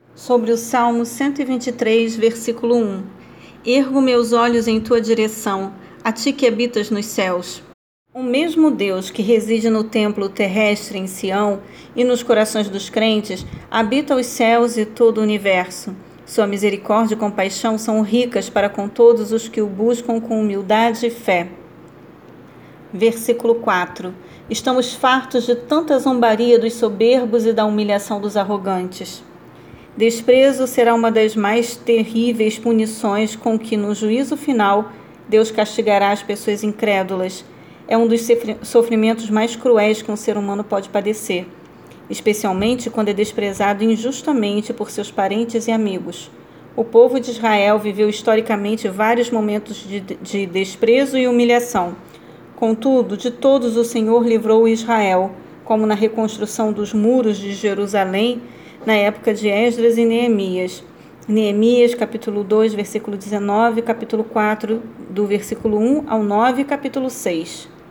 Sobre o Salmo 123, versículo 1. Ergo meus olhos em tua direção, a ti que habitas nos céus. O mesmo Deus que reside no templo terrestre em Sião e nos corações dos crentes, habita os céus e todo o universo. Sua misericórdia e compaixão são ricas para com todos os que o buscam com humildade e fé. Versículo 4. Estamos fartos de tanta zombaria dos soberbos e da humilhação dos arrogantes. Desprezo será uma das mais terríveis punições com que, no juízo final, Deus castigará as pessoas incrédulas. É um dos sofrimentos mais cruéis que um ser humano pode padecer, especialmente quando é desprezado injustamente por seus parentes e amigos. O povo de Israel viveu historicamente vários momentos de desprezo e humilhação. Contudo, de todos o Senhor livrou Israel, como na reconstrução dos muros de Jerusalém, na época de Esdras e Neemias. Neemias, capítulo 2, versículo 19, capítulo 4, do versículo 1 ao 9, capítulo 6.